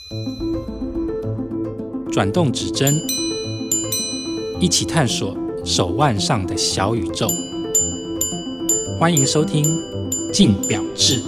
转动指针，一起探索手腕上的小宇宙。欢迎收听《镜表志》。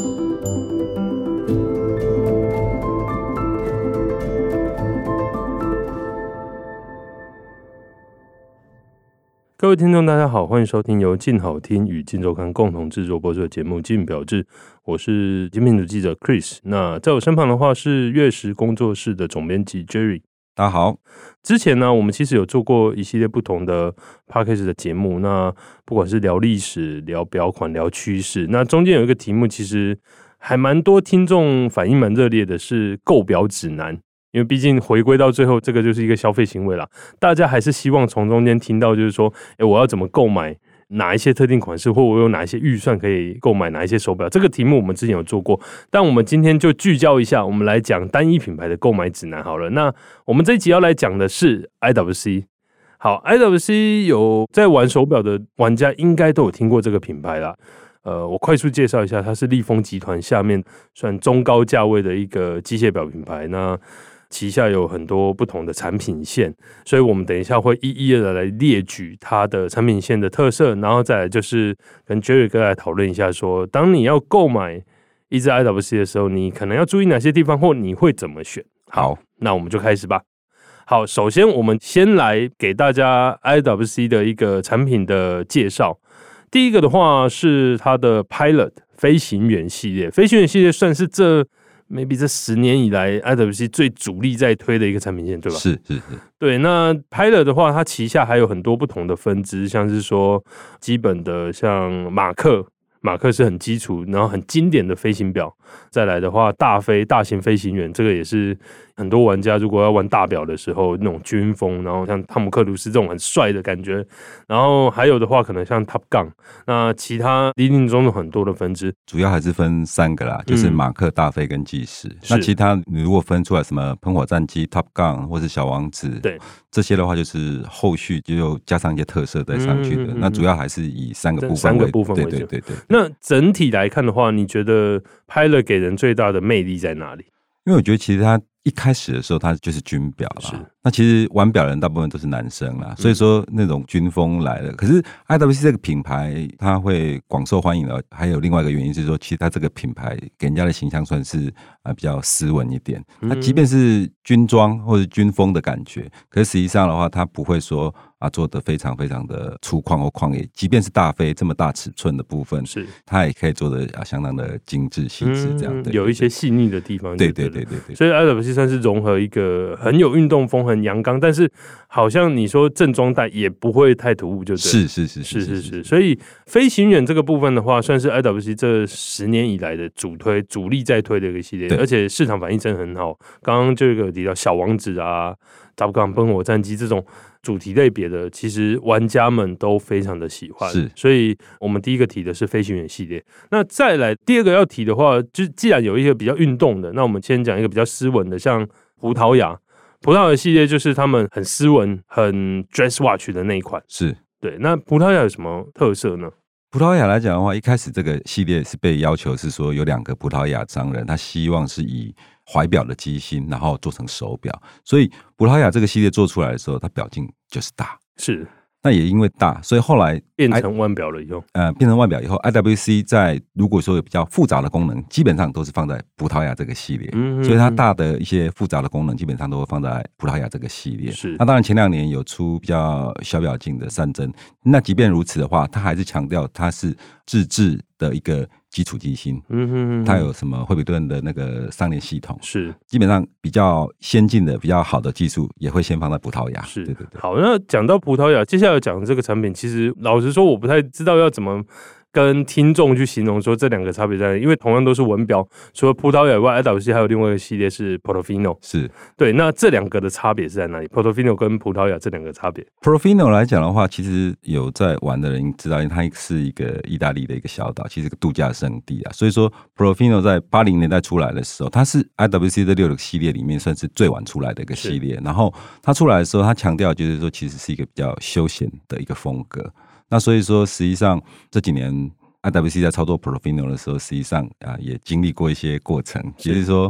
各位听众大家好，欢迎收听由镜好听与镜周刊共同制作播出的节目《镜表志》，我是精品组记者 Chris。那在我身旁的话是月食工作室的总编辑 Jerry。 大家好， 之前呢，我们其实有做过一系列不同的 podcast 的节目，那不管是聊历史、聊表款、聊趋势，那中间有一个题目，其实还蛮多听众反应蛮热烈的，是购表指南。因为毕竟回归到最后，这个就是一个消费行为啦，大家还是希望从中间听到，就是说，我要怎么购买哪一些特定款式，或我有哪一些预算可以购买哪一些手表。这个题目我们之前有做过，但我们今天就聚焦一下，我们来讲单一品牌的购买指南好了。那我们这一集要来讲的是 IWC。好 ，IWC 有在玩手表的玩家应该都有听过这个品牌啦。我快速介绍一下，它是利丰集团下面算中高价位的一个机械表品牌。那旗下有很多不同的产品线，所以我们等一下会一一的来列举它的产品线的特色，然后再来就是跟 Jerry 哥来讨论一下说，当你要购买一支 IWC 的时候，你可能要注意哪些地方，或你会怎么选。好，那我们就开始吧。好，首先我们先来给大家 IWC 的一个产品的介绍。第一个的话是它的 Pilot 飞行员系列，飞行员系列算是maybe 这10年以来 IWC 最主力在推的一个产品线，对吧？ 是。 对，那 Pilot 的话，它旗下还有很多不同的分支，像是说基本的像马克是很基础，然后很经典的飞行表。再来的话，大型飞行员，这个也是很多玩家如果要玩大表的时候那种军风，然后像汤姆克鲁斯这种很帅的感觉。然后还有的话，可能像 Top Gun， 那其他林林总总很多的分支， 主要还是分3个啦，就是马克、大飞跟技师。那其他你如果分出来什么喷火战机 Top Gun 或是小王子，对这些的话，就是后续就加上一些特色再上去的。那主要还是以3个部分为主。对。 那整体来看的话，你觉得 Pilot 给人最大的魅力在哪里？ 因为我觉得其实它一开始的时候，它就是军表啦。那其实玩表人大部分都是男生啦，所以说那种军风来了。可是 IWC 这个品牌它会广受欢迎的，还有另外一个原因是说，其实它这个品牌给人家的形象算是比较斯文一点。它即便是军装或者军风的感觉，可是实际上的话，它不会说做得非常非常的粗犷或狂野。即便是大飞这么大尺寸的部分，它也可以做得相当的精致细致，这样有一些细腻的地方。对。所以 IWC 算是融合一个很有运动风、很阳刚，但是好像你说正装戴也不会太突兀，就对。是。所以飞行员这个部分的话，算是 IWC 这10年以来的主力在推的一个系列，而且市场反应真的很好。刚刚就有提到小王子啊、Top Gun 喷火战机这种主题类别的，其实玩家们都非常的喜欢。所以我们第一个提的是飞行员系列。那再来第二个要提的话，就既然有一些比较运动的，那我们先讲一个比较斯文的，像葡萄牙系列，就是他们很斯文、很 dress watch 的那一款。对。那葡萄牙有什么特色呢？ 葡萄牙来讲的话，一开始这个系列是被要求是说有2个葡萄牙商人，他希望是以怀表的机芯，然后做成手表。所以葡萄牙这个系列做出来的时候，它表径就是大。那也因为大，所以后来变成腕表了以后， 变成腕表以后 ，IWC 在如果说有比较复杂的功能，基本上都是放在葡萄牙这个系列。所以它大的一些复杂的功能，基本上都会放在葡萄牙这个系列。那当然前2年有出比较小表径的3针，那即便如此的话，它还是强调它是自制的一个基础机芯。它有什么惠比顿的那个3联系统，基本上比较先进的、比较好的技术也会先放在葡萄牙。对。 好，那讲到葡萄牙，接下来讲的这个产品，其实老实说，我不太知道要怎么跟听众去形容说这2个差别在哪里，因为同样都是文表，除了葡萄牙以外 ，IWC 还有另外一个系列是 Portofino。对。那这2个的差别是在哪里 ？Portofino 跟葡萄牙这2个差别 ？Portofino 来讲的话，其实有在玩的人知道，因为它是一个意大利的一个小岛，其实是个度假胜地啊。所以说 Portofino 在80年代出来的时候，它是 IWC 这6个系列里面算是最晚出来的一个系列。然后它出来的时候，它强调就是说，其实是一个比较休闲的一个风格。那所以说，实际上这几年 IWC 在操作 Portofino 的时候，实际上也经历过一些过程，就是说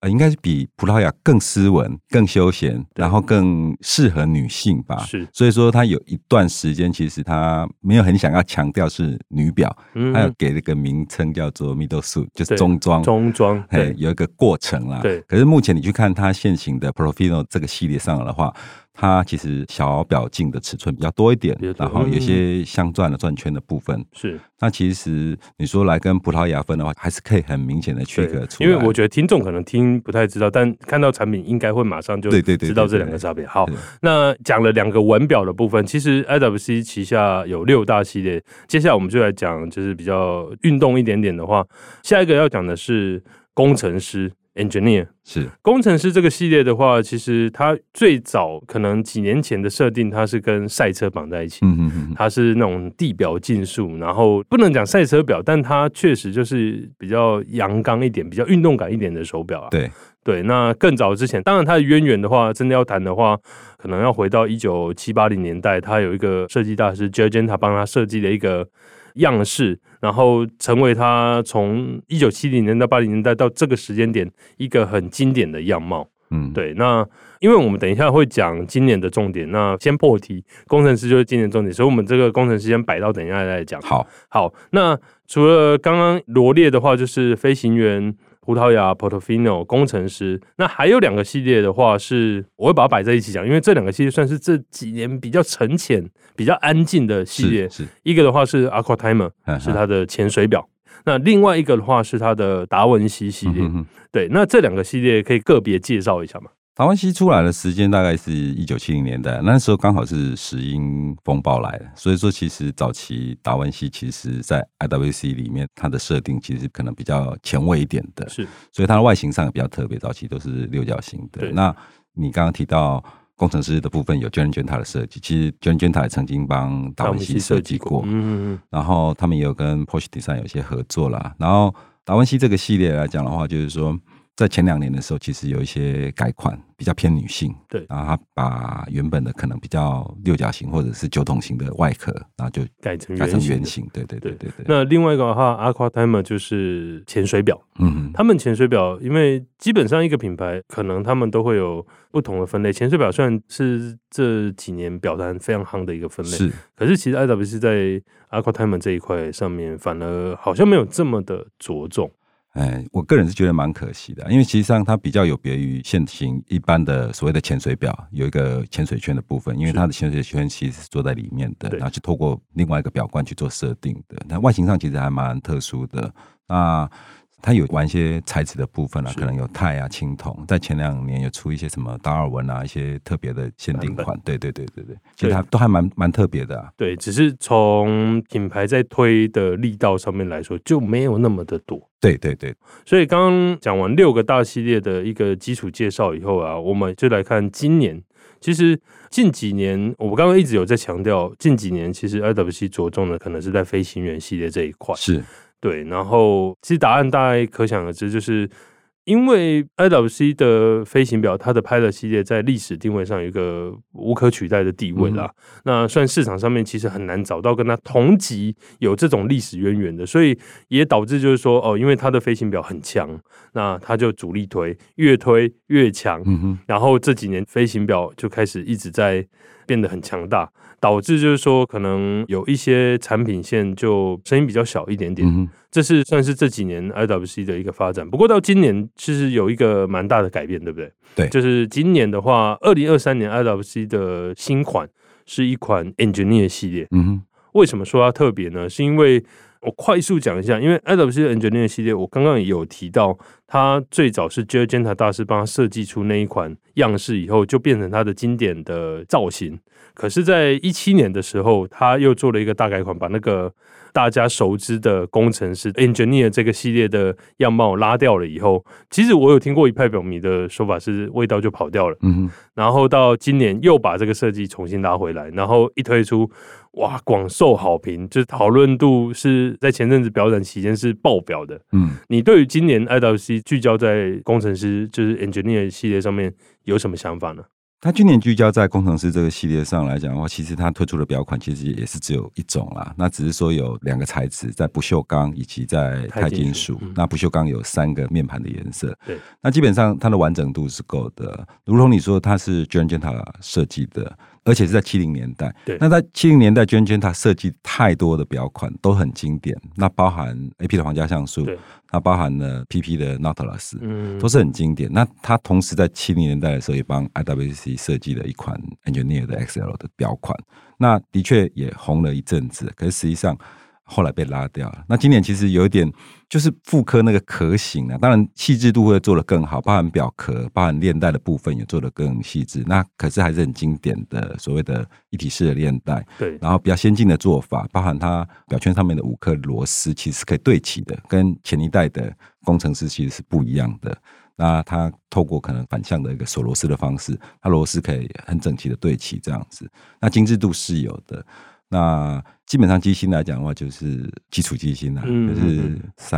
应该是比葡萄牙更斯文、更休闲，然后更适合女性吧。 是， 所以说它有一段时间其实它没有很想要强调是女表，它有给了个名称叫做 middle suit， 就是中装。 中装，对， 有一个过程啦。 对， 可是目前你去看它现行的 Profino 这个系列上的话，它其实小表径的尺寸比较多一点，然后有些镶钻的钻圈的部分是。 那其实你说来跟葡萄牙分的话，还是可以很明显的区隔出来。 因为我觉得听众可能听不太知道，但看到产品应该会马上就知道这两个差别。好，那讲了2个腕表的部分，其实 IWC 旗下有6大系列，接下来我们就来讲就是比较运动一点点的话，下一个要讲的是工程师。Engineer 是工程师这个系列的话，其实它最早可能几年前的设定，它是跟赛车绑在一起，它是那种地表竞速，然后不能讲赛车表，但它确实就是比较阳刚一点、比较运动感一点的手表啊。对，那更早之前，当然它的渊源的话，真的要谈的话，可能要回到1970、80年代，它有一个设计大师 Giorgenta 帮他设计了一个样式，然后成为他从1970年到80年代到这个时间点一个很经典的样貌。对。那因为我们等一下会讲今年的重点，那先破题，工程师就是今年重点，所以我们这个工程师先摆到等一下再讲。好，那除了刚刚罗列的话，就是飞行员、葡萄牙 Portofino 工程师，那还有2个系列的话是我会把它摆在一起讲，因为这2个系列算是这几年比较沉潜、比较安静的系列。一个的话是 Aqua Timer， 是它的潜水表，那另外一个的话是它的达文西系列。对，那这2个系列可以个别介绍一下吗？ 达文西出来的时间大概是1970年代，那时候刚好是石英风暴来了，所以说其实早期达文西其实在 IWC 里面它的设定其实可能比较前卫一点的， 是， 所以它的外形上也比较特别，早期都是6角形的。那你刚刚提到工程师的部分有 Giorgenta 的设计，其实 Giorgenta 也曾经帮达文西设计过，然后他们也有跟 Porsche Design 有一些合作啦。然后达文西这个系列来讲的话，就是说在前2年的时候，其实有一些改款比较偏女性， 对， 然后他把原本的可能比较6角形或者是酒桶型的外壳，然后就改成圆形。对。 那另外一个的话 ，Aqua Timer 就是潜水表。他们潜水表，因为基本上一个品牌可能他们都会有不同的分类。潜水表虽然是这几年表坛非常夯的一个分类，可是其实 IWC 在 Aqua Timer 这一块上面，反而好像没有这么的着重。 我个人是觉得蛮可惜的，因为其实上它比较有别于现行一般的所谓的潜水表，有一个潜水圈的部分，因为它的潜水圈其实是坐在里面的，然后就透过另外一个表冠去做设定的。那外形上其实还蛮特殊的。那它有玩一些材质的部分可能有钛啊、青铜，在前2年有出一些什么达尔文啊，一些特别的限定款。对，其实它都还蛮特别的啊。 对，只是从品牌在推的力道上面来说，就没有那么的多。 对， 所以刚刚讲完6个大系列的一个基础介绍以后啊，我们就来看今年。其实近几年，我们刚刚一直有在强调，近几年其实 IWC 着重的可能是在飞行员系列这一块。 是。 对，然后其实答案大概可想而知，就是因为 IWC 的飞行表，它的 Pilot 系列在历史定位上有一个无可取代的地位啦。那虽然市场上面其实很难找到跟它同级有这种历史渊源的，所以也导致就是说，因为它的飞行表很强，那它就主力推，越推越强。然后这几年飞行表就开始一直在变得很强大，导致就是说可能有一些产品线就声音比较小一点点。这是算是这几年 IWC 的一个发展。不过到今年其实有一个蛮大的改变，对不对？ 对， 就是今年的话2023年 IWC 的新款是一款 Engineer 系列。为什么说它特别呢？是因为我快速讲一下，因为 IWC 的 Engineer 系列我刚刚也有提到，它最早是 Giorgenta 大师帮他设计出那一款样式以后，就变成它的经典的造型。可是在17年的时候，他又做了一个大改款，把那个大家熟知的工程师 Engineer 这个系列的样貌拉掉了以后，其实我有听过一派表迷的说法是味道就跑掉了。然后到今年又把这个设计重新拉回来，然后一推出，哇，广受好评，就是讨论度是在前阵子表展期间是爆表的。你对于今年 IWC 聚焦在工程师就是 Engineer 系列上面有什么想法呢？ 它今年聚焦在工程师这个系列上来讲的话，其实它推出的表款其实也是只有一种啦。那只是说有2个材质，在不锈钢以及在钛金属。那不锈钢有3个面盘的颜色。 对， 那基本上它的完整度是够的。如同你说，它是 Genta 设计的，而且是在70年代。 对， 那在70年代 Genta 设计太多的表款都很经典，那包含 AP 的皇家像素，那包含了 PP 的 Nautilus，都是很经典。那它同时在70年代的时候也帮 IWC 设计了一款 Engineer 的 XL 的表款，那的确也红了一阵子，可是实际上后来被拉掉了。那今年其实有一点就是复刻那个壳型啊，当然细致度会做得更好，包含表壳、包含链带的部分也做得更细致。那可是还是很经典的所谓的一体式的链带， 对， 然后比较先进的做法，包含它表圈上面的5颗螺丝其实是可以对齐的，跟前一代的工程师其实是不一样的。那它透过可能反向的一个锁螺丝的方式，它螺丝可以很整齐的对齐这样子，那精致度是有的。那基本上机芯来讲的话，就是基础机芯就是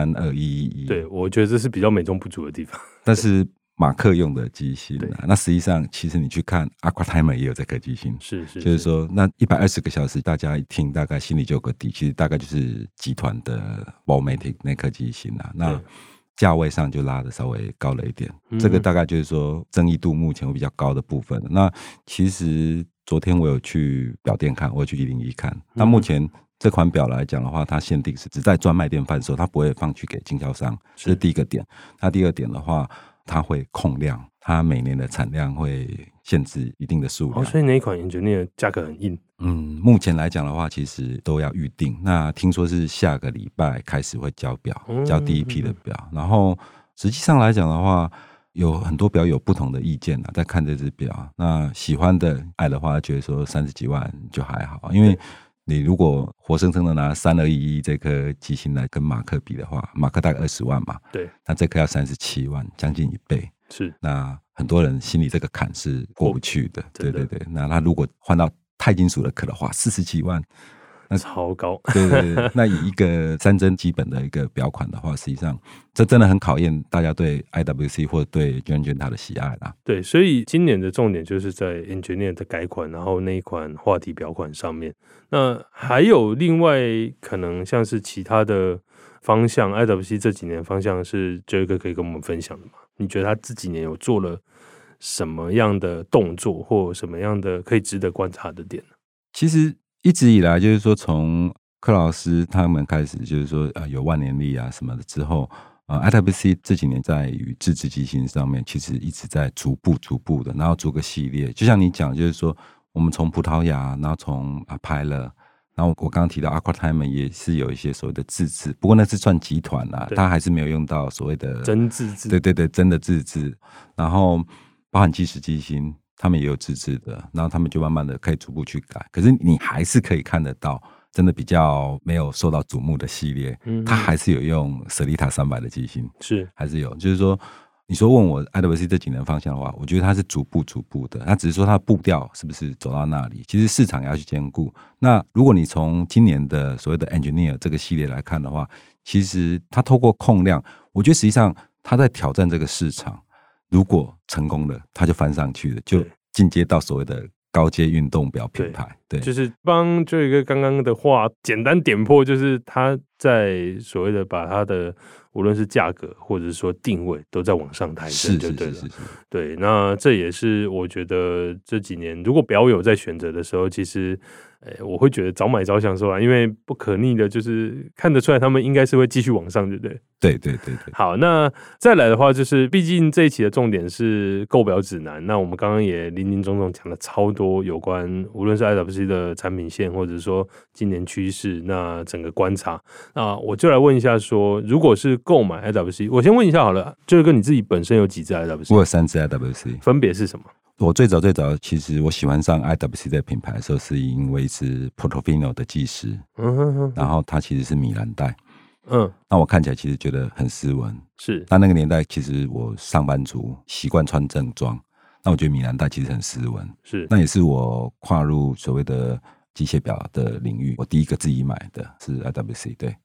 32111。 对，我觉得这是比较美中不足的地方。 但是马克用的机芯那实际上其实你去看 Aquatimer 也有这颗机芯，就是说那120个小时，大家一听大概心里就有个底，其实大概就是集团的 Volmatic 那颗机芯那价位上就拉的稍微高了一点，这个大概就是说争议度目前会比较高的部分。那其实昨天我有去表店看，我有去101看，那目前这款表来讲的话，它限定是只在专卖店贩售，它不会放去给经销商，这是第一个点。那第二点的话，它会控量，它每年的产量会限制一定的数量。 所以那一款 Engineer 价格很硬。 目前来讲的话，其实都要预定。那听说是下个礼拜开始会交表，交第一批的表。然后实际上来讲的话，有很多表有不同的意见在看这只表。那喜欢的爱的话，觉得说30几万就还好，因为你如果活生生的拿3211这颗机芯来跟马克比的话，马克大概20万嘛， 对， 那这颗要37万，将近1倍。 是， 那很多人心里这个坎是过不去的。对对对，那他如果换到钛金属的壳的话，40几万， 那超高。 对对对，那以一个3针基本的一个表款的话，实际上这真的很考验大家对 IWC 或者对 Genta 的喜爱啦。 对，所以今年的重点就是在 Engineer 的改款，然后那一款话题表款上面。那还有另外可能像是其他的方向 ，IWC 这几年方向是Jerry哥可以跟我们分享的吗？你觉得他这几年有做了什么样的动作，或什么样的可以值得观察的点呢？ 其实一直以来就是说，从克劳斯他们开始，就是说有万年历啊什么的之后，IWC 这几年在于自制机芯上面，其实一直在逐步的，然后做个系列。就像你讲，就是说我们从葡萄牙，然后从Pilot，然后我刚刚提到 Aquatimer 也是有一些所谓的自制，不过那是算集团啦，它还是没有用到所谓的真自制。 对对对，真的自制。然后包含计时机芯，他们也有自制的，然后他们就慢慢的可以逐步去改。可是你还是可以看得到，真的比较没有受到瞩目的系列，它还是有用 Sellita 300的机芯， 是还是有。就是说，你说问我 IWC 这几年方向的话，我觉得它是逐步的，它只是说它的步调是不是走到那里，其实市场也要去兼顾。那如果你从今年的所谓的 Engineer 这个系列来看的话，其实它透过控量，我觉得实际上它在挑战这个市场，如果成功了，它就翻上去了，就进阶到所谓的高阶运动表品牌。对， 就是帮就一个刚刚的话简单点破，就是他在所谓的把他的无论是价格或者是说定位都在往上抬升，就对了。对，那这也是我觉得这几年如果表友在选择的时候，其实我会觉得早买早享受啦，因为不可逆的，就是看得出来他们应该是会继续往上，对不对？ 对对对对。 好，那再来的话，就是毕竟这一期的重点是购表指南，那我们刚刚也林林总总讲了超多有关，无论是 IWC 的产品线，或者说今年趋势，那整个观察，那我就来问一下说，如果是购买 IWC， 我先问一下好了，就是跟你自己本身有几支 IWC？ 我有3支 IWC， 分别是什么？ 我最早其实我喜欢上 IWC 的品牌的时候，是因为一支 Portofino 的技师，然后它其实是米兰带，那我看起来其实觉得很斯文， 是。 那个年代其实我上班族习惯穿正装，那我觉得米兰带其实很斯文， 是。 那也是我跨入所谓的机械表的领域，我第一个自己买的是 IWC， 对。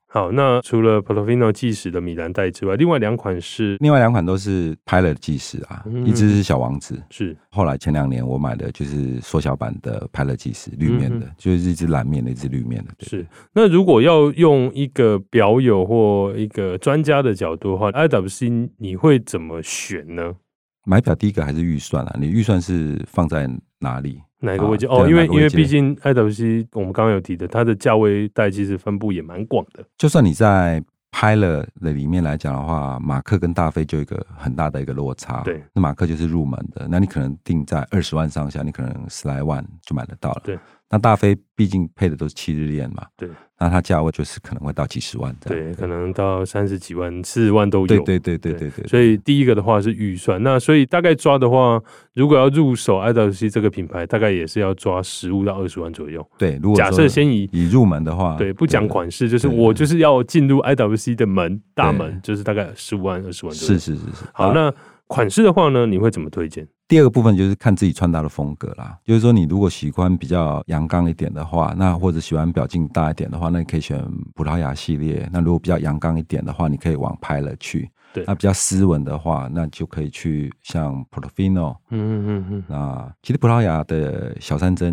好，那除了 Portofino 计时的米兰袋之外，另外2款都是Pilot 计时啊，一只是小王子， 是后来前2年我买的就是缩小版的Pilot 计时，绿面的，就是一只蓝面的，一只绿面的。对， 是。那如果要用一个表友或一个专家的角度的话 ，IWC 你会怎么选呢？ 买表第一个还是预算啊，你预算是放在哪里？ 哪个位阶？因为毕竟 IWC 我们刚刚有提的，它的价位带其实分布也蛮广的。 就算你在 Pilot 的里面来讲的话，马克跟大飞就有一个很大的一个落差。 对， 那马克就是入门的，那你可能定在20万上下，你可能10来万就买得到了。 对， 那大飞毕竟配的都是7日链嘛。 对。 那它价位就是可能会到几十万这样， 对，可能到30几万、40万都有。 对。 所以第一个的话是预算，那所以大概抓的话，如果要入手 IWC 这个品牌，大概也是要抓15到20万左右。 对，如果假设先以入门的话， 对，不讲款式，就是我就是要进入 IWC 的大门，就是大概15万、20万左右。 是。 好，那款式的话呢，你会怎么推荐？ 第二个部分就是看自己穿搭的风格啦，就是说你如果喜欢比较阳刚一点的话，那或者喜欢表径大一点的话，那你可以选葡萄牙系列。那如果比较阳刚一点的话，你可以往Pilot去。 对， 那比较斯文的话，那就可以去像 Portofino。那其实葡萄牙的小3针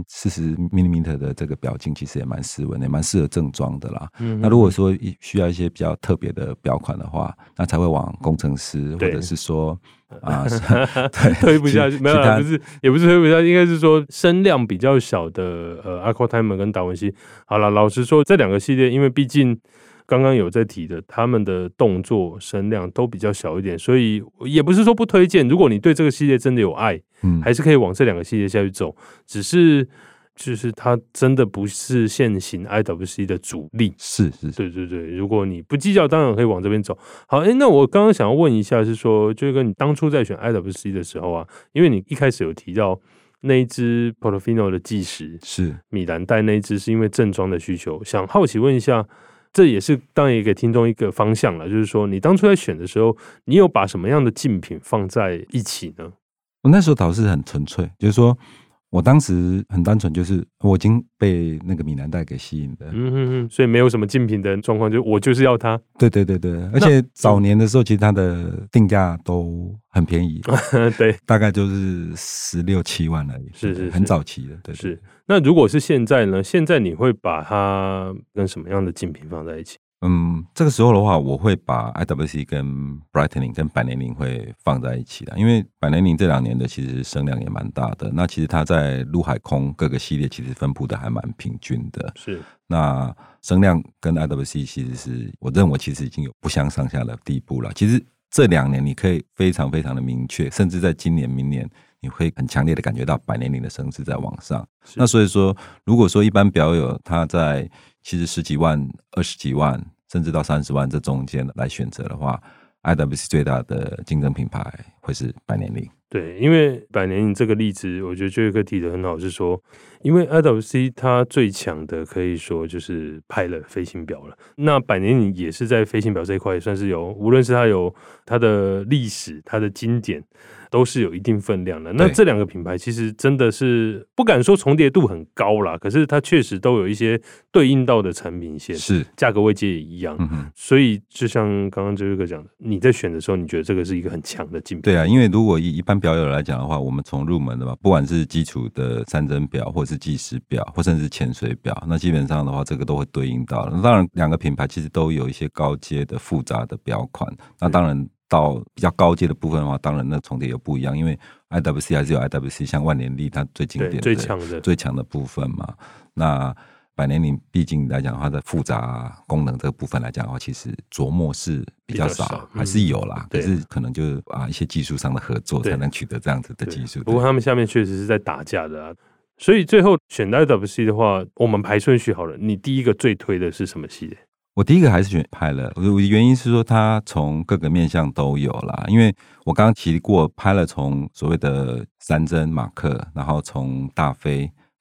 40mm 的这个表径其实也蛮斯文的，也蛮适合正装的啦。那如果说需要一些比较特别的表款的话，那才会往工程师或者是说对推不下去，没有啦，也不是推不下去，应该是说声量比较小的Aqua Timer 跟达文西。好了，老实说，这2个系列，因为毕竟刚刚有在提的，他们的动作声量都比较小一点，所以也不是说不推荐。如果你对这个系列真的有爱，还是可以往这2个系列下去走。只是就是它真的不是现行 IWC 的主力。 是， 对。如果你不计较，当然可以往这边走。好，那我刚刚想要问一下，是说，就跟你当初在选 IWC 的时候啊，因为你一开始有提到那一支 Portofino 的计时是米兰袋那一支，是因为正装的需求，想好奇问一下。这也是当然也给听众一个方向了，就是说你当初在选的时候，你有把什么样的竞品放在一起呢？ 我那时候倒是很纯粹，就是说我当时很单纯，就是我已经被那个米兰袋给吸引的， 所以没有什么竞品的状况，就我就是要它。 对，而且早年的时候，其实它的定价都很便宜， 对， 大概就是16、17万而已， 是很早期的，对。 是。那如果是现在呢？现在你会把它跟什么样的竞品放在一起？ 这个时候的话，我会把 IWC 跟 Breitling 跟百年灵会放在一起的，因为百年灵这2年的其实声量也蛮大的。那其实它在陆海空各个系列其实分布的还蛮平均的。 是。那声量跟 IWC 其实是我认为其实已经有不相上下的地步了。其实这2年你可以非常非常的明确，甚至在今年、明年。你会很强烈的感觉到百年灵的声势在往上。那所以说，如果说一般表友他在其实10几万、20几万，甚至到30万这中间来选择的话， IWC 最大的竞争品牌会是百年灵。 对，因为百年灵这个例子，我觉得就有一个提得很好，是说，因为 IWC 它最强的可以说就是Pilot飞行表了。那百年灵也是在飞行表这一块，也算是有，无论是它有它的历史、它的经典，都是有一定分量的。那这2个品牌其实真的是不敢说重叠度很高啦，可是它确实都有一些对应到的产品线， 是价格位阶也一样。所以就像刚刚这个讲的，你在选的时候，你觉得这个是一个很强的竞品？ 对啊，因为如果以一般表友来讲的话，我们从入门的嘛，不管是基础的3针表，或是计时表，或甚至潜水表，那基本上的话，这个都会对应到。那当然，2个品牌其实都有一些高阶的复杂的表款。那当然。到比较高阶的部分的话，当然那重叠又不一样，因为 IWC 还是有 IWC 像万年历它最经典的最强的部分嘛。那百年灵毕竟来讲的话，在复杂功能这个部分来讲的话，其实琢磨是比较少，还是有啦。可是可能就是一些技术上的合作才能取得这样子的技术。 不过他们下面确实是在打架的啊。所以最后选 IWC 的话，我们排顺序好了，你第一个最推的是什么系列？ 我第一个还是选Pilot，我的原因是说它从各个面向都有啦，因为我刚刚提过Pilot从所谓的3针马克，然后从大飞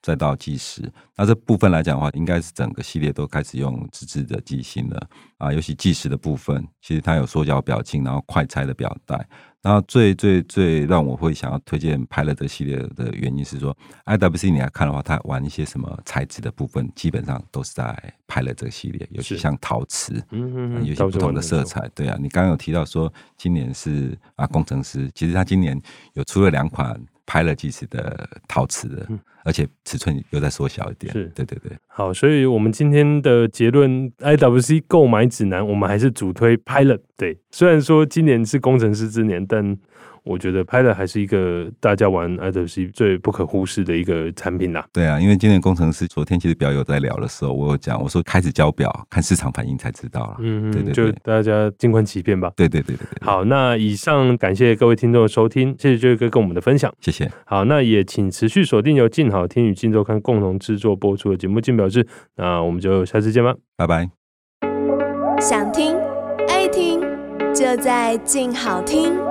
再到计时。那这部分来讲的话，应该是整个系列都开始用自制的机芯了啊，尤其计时的部分，其实它有缩小表径，然后快拆的表带。然后最让我会想要推荐Pilot这系列的原因是说 ，IWC 你来看的话，它玩一些什么材质的部分，基本上都是在Pilot这个系列，尤其像陶瓷，有些不同的色彩。对啊，你刚刚有提到说今年是工程师，其实他今年有出了2款Pilot计时的陶瓷的，而且尺寸又再缩小一点。 是， 对。 好，所以我们今天的结论 ，IWC 购买指南，我们还是主推 Pilot。对，虽然说今年是工程师之年，但我觉得 Pilot 还是一个大家玩 IWC 最不可忽视的一个产品啦。 对啊，因为今年工程师昨天其实表友在聊的时候，我有讲，我说开始交表，看市场反应才知道了。对， 就大家静观其变吧。 对。 好，那以上感谢各位听众的收听，谢谢 Jerry 哥跟我们的分享， 谢谢。 好，那也请持续锁定由静好听与静周刊共同制作播出的节目《静表志》，那我们就下次见吧， 拜拜。 想听爱听，就在静好听。